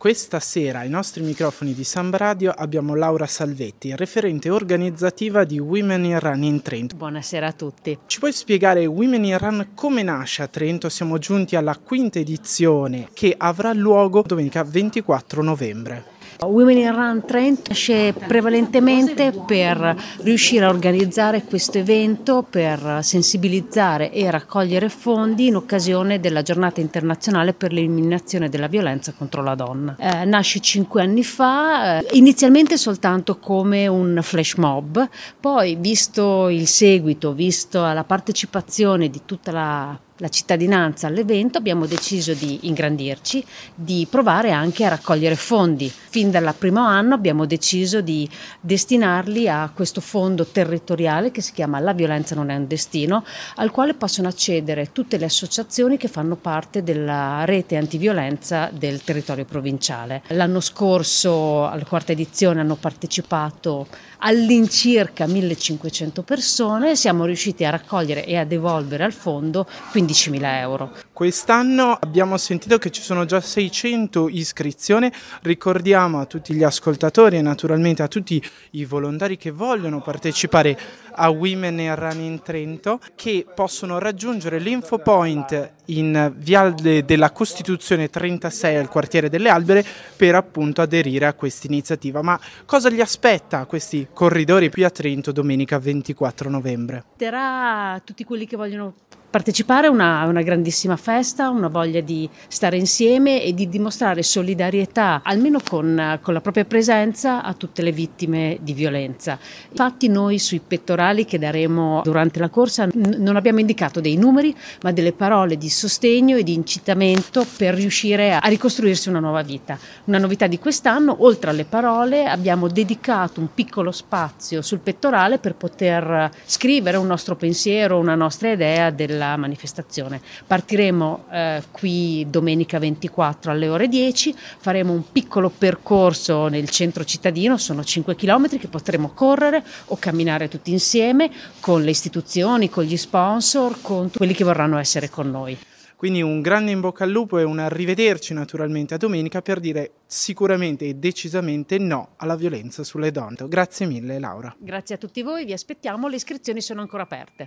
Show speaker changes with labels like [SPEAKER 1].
[SPEAKER 1] Questa sera ai nostri microfoni di Samba Radio abbiamo Laura Salvetti, referente organizzativa di Women in Run in Trento.
[SPEAKER 2] Buonasera a tutti.
[SPEAKER 1] Ci puoi spiegare Women in Run come nasce a Trento? Siamo giunti alla quinta edizione che avrà luogo domenica 24 novembre.
[SPEAKER 2] Women in Run Trento nasce prevalentemente per riuscire a organizzare questo evento, per sensibilizzare e raccogliere fondi in occasione della giornata internazionale per l'eliminazione della violenza contro la donna. Nasce 5 anni fa, inizialmente soltanto come un flash mob, poi visto il seguito, visto la partecipazione di tutta la cittadinanza all'evento, abbiamo deciso di ingrandirci, di provare anche a raccogliere fondi. Fin dal primo anno abbiamo deciso di destinarli a questo fondo territoriale che si chiama La violenza non è un destino, al quale possono accedere tutte le associazioni che fanno parte della rete antiviolenza del territorio provinciale. L'anno scorso, alla quarta edizione, hanno partecipato all'incirca 1500 persone, siamo riusciti a raccogliere e a devolvere al fondo 15.000 euro.
[SPEAKER 1] Quest'anno abbiamo sentito che ci sono già 600 iscrizioni, ricordiamo a tutti gli ascoltatori e naturalmente a tutti i volontari che vogliono partecipare a Women in Run in Trento che possono raggiungere l'Info Point in Viale della Costituzione 36 al quartiere delle Albere per appunto aderire a questa iniziativa. Ma cosa gli aspetta a questi corridori qui a Trento domenica 24 novembre?
[SPEAKER 2] Terrà tutti quelli che vogliono partecipare a una grandissima festa, una voglia di stare insieme e di dimostrare solidarietà, almeno con la propria presenza, a tutte le vittime di violenza. Infatti noi sui pettorali che daremo durante la corsa non abbiamo indicato dei numeri, ma delle parole di sostegno e di incitamento per riuscire a ricostruirsi una nuova vita. Una novità di quest'anno, oltre alle parole, abbiamo dedicato un piccolo spazio sul pettorale per poter scrivere un nostro pensiero, una nostra idea della manifestazione. Partiremo qui domenica 24 alle ore 10, faremo un piccolo percorso nel centro cittadino, sono 5 chilometri che potremo correre o camminare tutti insieme con le istituzioni, con gli sponsor, con quelli che vorranno essere con noi.
[SPEAKER 1] Quindi un grande in bocca al lupo e un arrivederci naturalmente a domenica per dire sicuramente e decisamente no alla violenza sulle donne. Grazie mille Laura.
[SPEAKER 2] Grazie a tutti voi, vi aspettiamo, le iscrizioni sono ancora aperte.